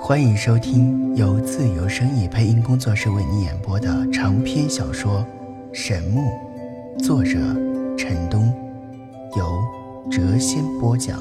欢迎收听由自由声意配音工作室为你演播的长篇小说《神木》，作者陈东，由谪仙播讲。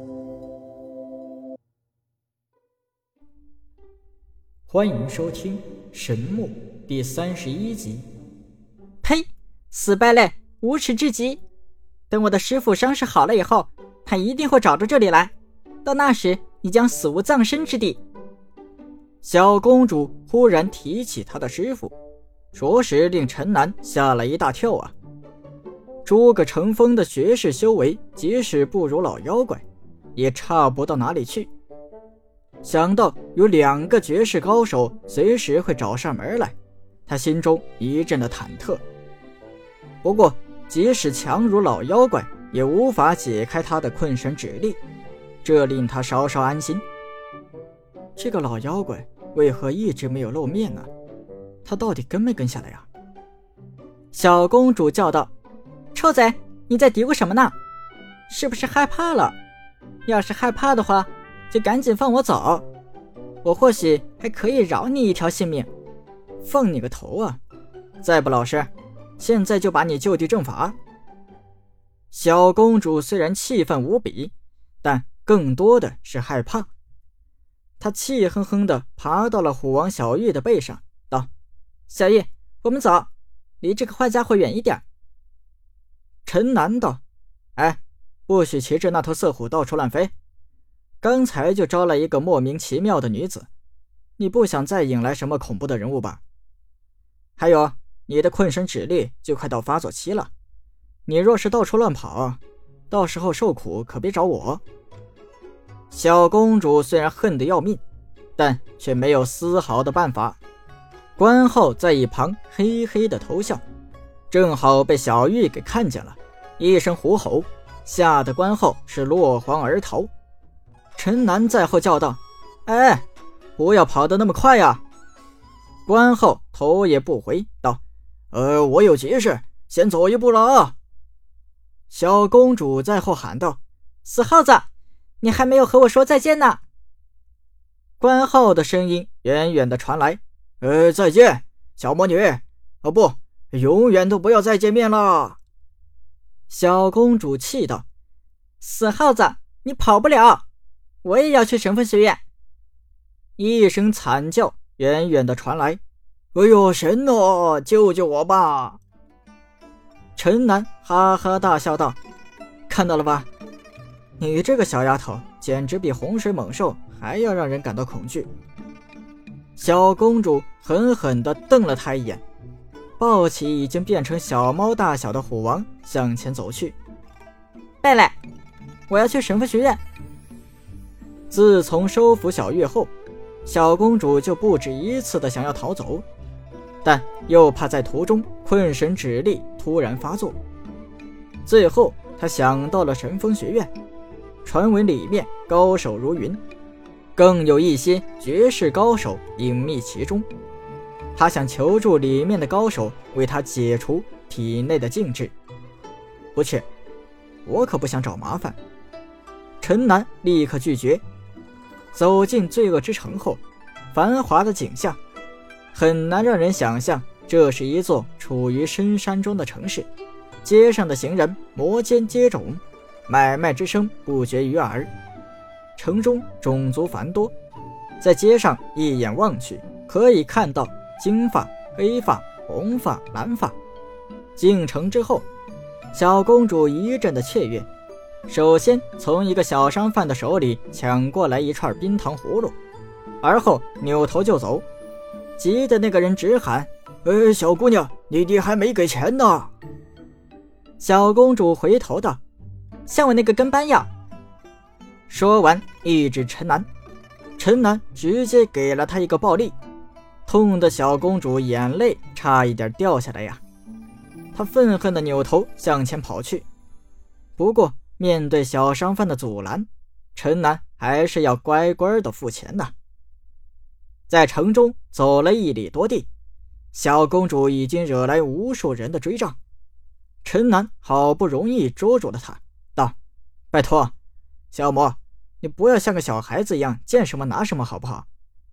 欢迎收听《神木》第31集。 呸！死败类，无耻至极！等我的师父伤势好了以后，他一定会找到这里来，到那时你将死无葬身之地。 小公主忽然提起她的师父，着实令陈南吓了一大跳啊！诸葛成风的学识修为即使不如老妖怪，也差不到哪里去。想到有2个绝世高手随时会找上门来，他心中一阵的忐忑。不过即使强如老妖怪，也无法解开他的困神指力，这令他稍稍安心。这个老妖怪为何一直没有露面呢？他到底跟没跟下来呀？ 小公主叫道：臭贼，你在嘀咕什么呢？是不是害怕了？要是害怕的话，就赶紧放我走，我或许还可以饶你一条性命。 放你个头啊！再不老实，现在就把你就地正法。小公主虽然气愤无比，但更多的是害怕。她气哼哼地爬到了虎王小玉的背上，道： 小玉，我们走，离这个坏家伙远一点。 陈南道：哎，不许骑着那头色虎到处乱飞，刚才就招来一个莫名其妙的女子，你不想再引来什么恐怖的人物吧？还有，你的困神指力就快到发作期了，你若是到处乱跑，到时候受苦可别找我。小公主虽然恨得要命，但却没有丝毫的办法。关浩在一旁嘿嘿的偷笑，正好被小玉给看见了，一声虎吼，吓得关浩是落荒而逃。陈南在后叫道：哎，不要跑得那么快呀！关浩头也不回道：我有急事，先走一步了啊！小公主在后喊道： 死耗子，你还没有和我说再见呢！ 关浩的声音远远的传来：再见，小魔女。不，永远都不要再见面了。小公主气道： 死耗子，你跑不了，我也要去神风学院。 一声惨叫远远的传来：哎呦，神哦，救救我吧！陈南哈哈大笑道：看到了吧，你这个小丫头简直比洪水猛兽还要让人感到恐惧。小公主狠狠地瞪了他一眼，抱起已经变成小猫大小的虎王向前走去。 贝蕾，我要去神风学院。 自从收服小月后，小公主就不止一次的想要逃走，但又怕在途中困神指力突然发作。最后她想到了神风学院，传闻里面高手如云，更有一些绝世高手隐秘其中。她想求助里面的高手为她解除体内的禁制。不去，我可不想找麻烦。陈南立刻拒绝。走进罪恶之城后，繁华的景象很难让人想象这是一座处于深山中的城市，街上的行人摩肩接踵，买卖之声不绝于耳。城中种族繁多，在街上一眼望去，可以看到金发、黑发、红发、蓝发。进城之后，小公主一阵的雀跃，首先从一个小商贩的手里抢过来一串冰糖葫芦，而后扭头就走，急得那个人直喊：小姑娘，你还没给钱呢！小公主回头道：向我那个跟班要。说完一指陈南，陈南直接给了他一个暴力，痛得小公主眼泪差一点掉下来呀！她愤恨地扭头向前跑去，不过面对小商贩的阻拦，陈南还是要乖乖的付钱呐。在城中走了1里多地，小公主已经惹来无数人的追账。陈南好不容易捉住了她，道：拜托，小魔，你不要像个小孩子一样见什么拿什么好不好？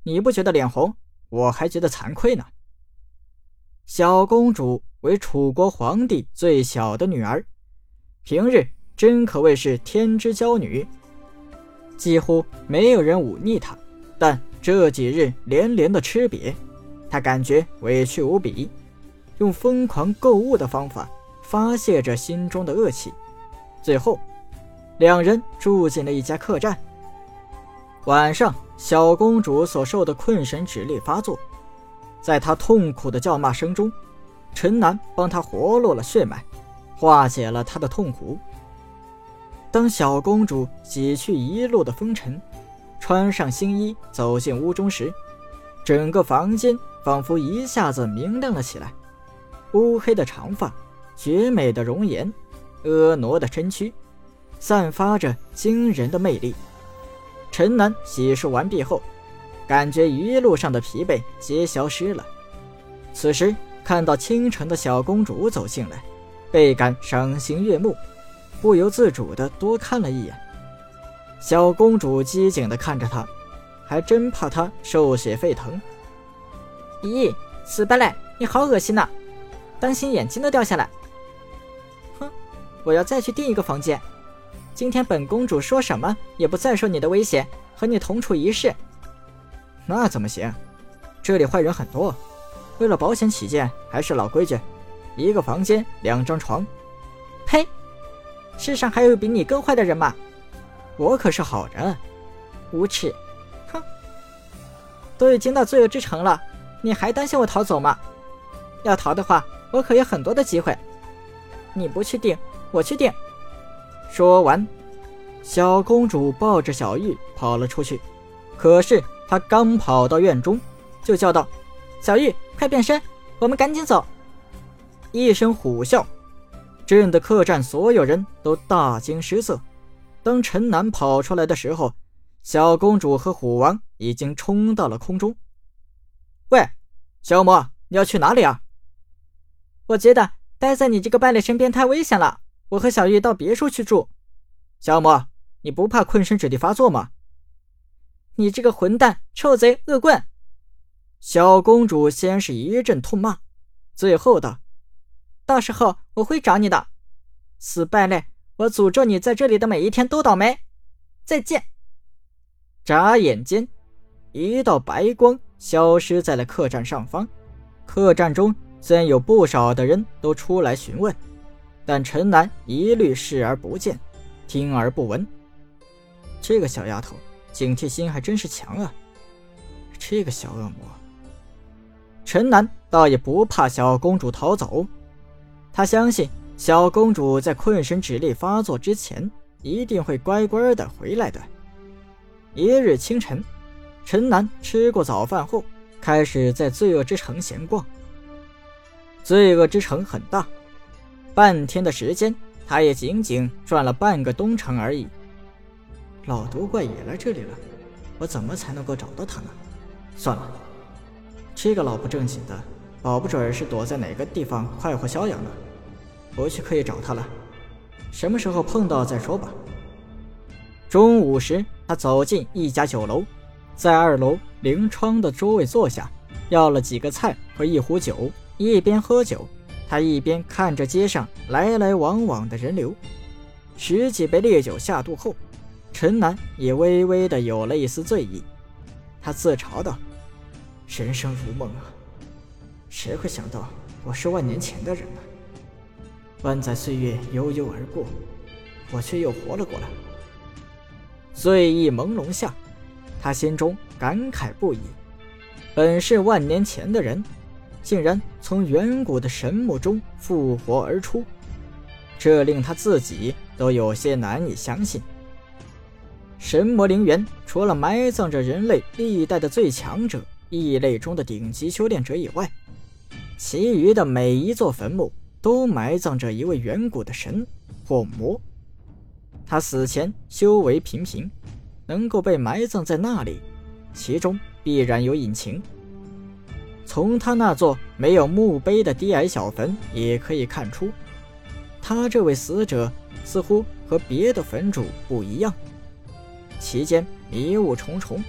你不觉得脸红，我还觉得惭愧呢。小公主为楚国皇帝最小的女儿，平日真可谓是天之娇女，几乎没有人忤逆她，但这几日连连的吃瘪，她感觉委屈无比，用疯狂购物的方法发泄着心中的恶气。最后两人住进了一家客栈。晚上，小公主所受的困神指力发作，在她痛苦的叫骂声中，陈南帮她活络了血脉，化解了她的痛苦。当小公主洗去一路的风尘，穿上新衣走进屋中时，整个房间仿佛一下子明亮了起来。乌黑的长发，绝美的容颜，婀娜的身躯，散发着惊人的魅力。陈南洗漱完毕后，感觉一路上的疲惫皆消失了。此时看到倾城的小公主走进来，倍感赏心悦目，不由自主地多看了一眼。小公主机警地看着他，还真怕他受血沸腾。 咦，死败类，你好恶心呐，当心眼睛都掉下来。哼，我要再去订一个房间，今天本公主说什么也不再受你的威胁，和你同处一室。 那怎么行，这里坏人很多，为了保险起见，还是老规矩，一个房间2张床。 呸，世上还有比你更坏的人吗？ 我可是好人。 无耻，哼，都已经到罪恶之城了，你还担心我逃走吗？要逃的话，我可有很多的机会。你不去定，我去定。 说完，小公主抱着小玉跑了出去。可是她刚跑到院中，就叫道： 小玉，快变身，我们赶紧走。 一声虎啸，震得客栈所有人都大惊失色。当陈南跑出来的时候，小公主和虎王已经冲到了空中。喂，小魔，你要去哪里啊？ 我觉得待在你这个败类身边太危险了，我和小玉到别处去住。 小魔，你不怕困身指力发作吗？ 你这个混蛋、臭贼、恶棍！ 小公主先是一阵痛骂，最后道： 到时候我会找你的，死败类，我诅咒你在这里的每一天都倒霉。再见。 眨眼间，一道白光消失在了客栈上方。客栈中虽然有不少的人都出来询问，但陈南一律视而不见，听而不闻。这个小丫头警惕心还真是强啊，这个小恶魔。陈南倒也不怕小公主逃走，他相信小公主在困神指力发作之前一定会乖乖的回来的。一日清晨，陈南吃过早饭后，开始在罪恶之城闲逛。罪恶之城很大，半天的时间他也仅仅转了半个东城而已。老毒怪也来这里了，我怎么才能够找到他呢？算了，这个老不正经的，保不准是躲在哪个地方快活逍遥呢。回去可以找他了，什么时候碰到再说吧。中午时，他走进一家酒楼，在2楼临窗的桌位坐下，要了几个菜和一壶酒。一边喝酒，他一边看着街上来来往往的人流。10几杯烈酒下肚后，陈南也微微的有了一丝醉意。他自嘲道：人生如梦啊，谁会想到我是万年前的人呢？万载岁月悠悠而过，我却又活了过来。醉意朦胧下，他心中感慨不已，本是万年前的人，竟然从远古的神墓中复活而出，这令他自己都有些难以相信。神魔陵园除了埋葬着人类历代的最强者、异类中的顶级修炼者以外，其余的每一座坟墓都埋葬着一位远古的神或魔。他死前修为平平，能够被埋葬在那里，其中必然有隐情。从他那座没有墓碑的低矮小坟也可以看出，他这位死者似乎和别的坟主不一样。其间迷雾重重，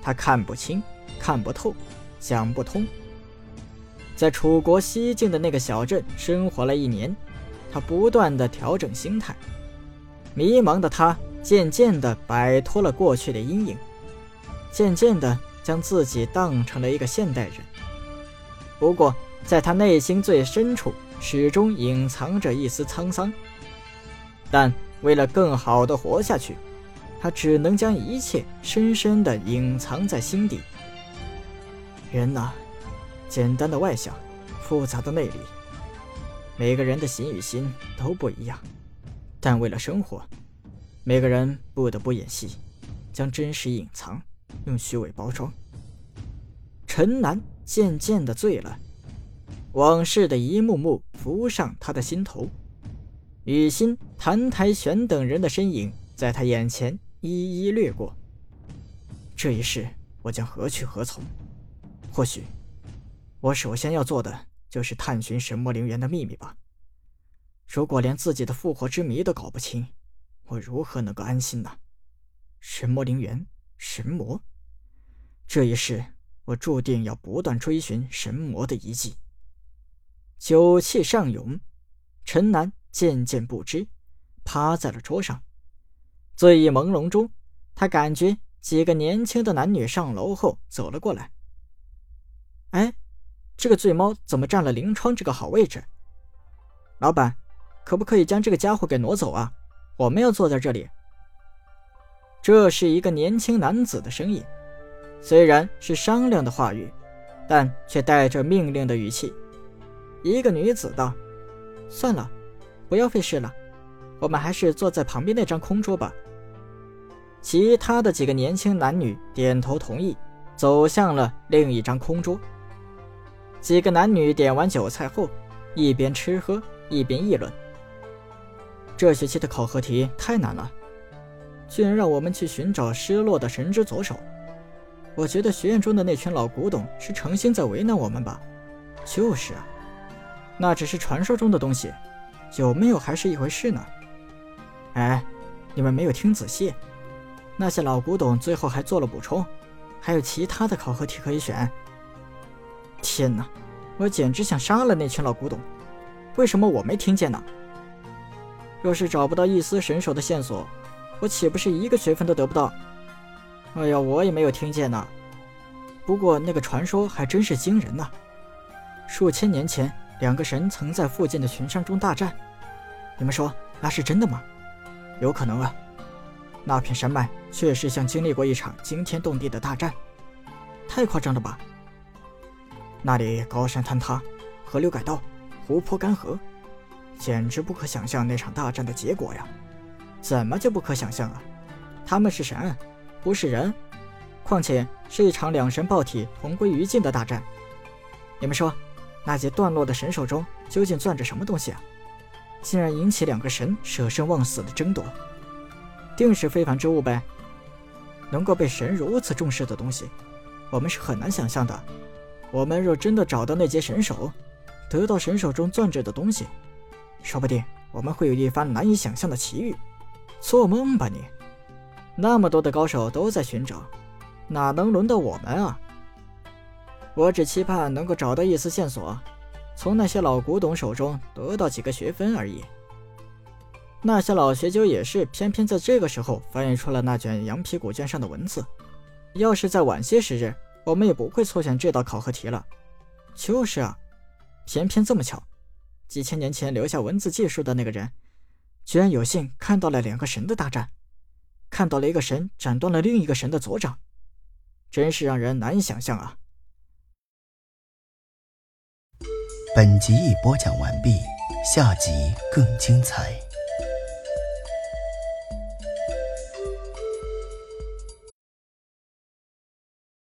他看不清，看不透，想不通。在楚国西境的那个小镇生活了1年，他不断地调整心态。迷茫的他渐渐地摆脱了过去的阴影，渐渐地将自己当成了一个现代人。不过在他内心最深处始终隐藏着一丝沧桑，但为了更好地活下去，他只能将一切深深地隐藏在心底。人啊，简单的外向，复杂的内里，每个人的形与心都不一样，但为了生活，每个人不得不演戏，将真实隐藏，用虚伪包装。陈南渐渐地醉了，往事的一幕幕浮上他的心头，雨欣、谭台玄等人的身影在他眼前一一掠过。这一世我将何去何从？或许我首先要做的就是探寻神魔陵园的秘密吧。如果连自己的复活之谜都搞不清，我如何能够安心呢？神魔陵园，神魔，这一世我注定要不断追寻神魔的遗迹。酒气上涌，陈南渐渐不知，趴在了桌上。醉意朦胧中，他感觉几个年轻的男女上楼后走了过来。哎，这个醉猫怎么占了临窗这个好位置？老板，可不可以将这个家伙给挪走啊？我们要坐在这里。这是一个年轻男子的声音，虽然是商量的话语，但却带着命令的语气。一个女子道：算了，不要费事了，我们还是坐在旁边那张空桌吧。其他的几个年轻男女点头同意，走向了另一张空桌。几个男女点完酒菜后，一边吃喝一边议论：这学期的考核题太难了，居然让我们去寻找失落的神之左手。我觉得学院中的那群老古董是诚心在为难我们吧。就是啊，那只是传说中的东西，有没有还是一回事呢。哎，你们没有听仔细，那些老古董最后还做了补充，还有其他的考核题可以选。天哪，我简直想杀了那群老古董，为什么我没听见呢？若是找不到一丝神手的线索，我岂不是1个学分都得不到？哎呀，我也没有听见呢。不过那个传说还真是惊人呐，数千年前2个神曾在附近的群山中大战，你们说那是真的吗？有可能啊，那片山脉确实像经历过一场惊天动地的大战，太夸张了吧。那里高山坍塌，河流改道，湖泊干涸，简直不可想象那场大战的结果呀。怎么就不可想象啊？他们是神，不是人，况且是一场2神爆体同归于尽的大战。你们说那节断落的神手中究竟攥着什么东西啊？竟然引起2个神舍生忘死的争夺，定是非凡之物呗。能够被神如此重视的东西，我们是很难想象的。我们若真的找到那节神手，得到神手中攥着的东西，说不定我们会有一番难以想象的奇遇。做梦吧你！那么多的高手都在寻找，哪能轮到我们啊？我只期盼能够找到一丝线索，从那些老古董手中得到几个学分而已。那些老学究也是偏偏在这个时候翻译出了那卷羊皮古卷上的文字，要是在晚些时日，我们也不会错选这道考核题了。就是啊，偏偏这么巧，几千年前留下文字记述的那个人，居然有幸看到了2个神的大战，看到了一个神斩断了另一个神的左掌，真是让人难以想象啊。 本集已播讲完毕，下集更精彩。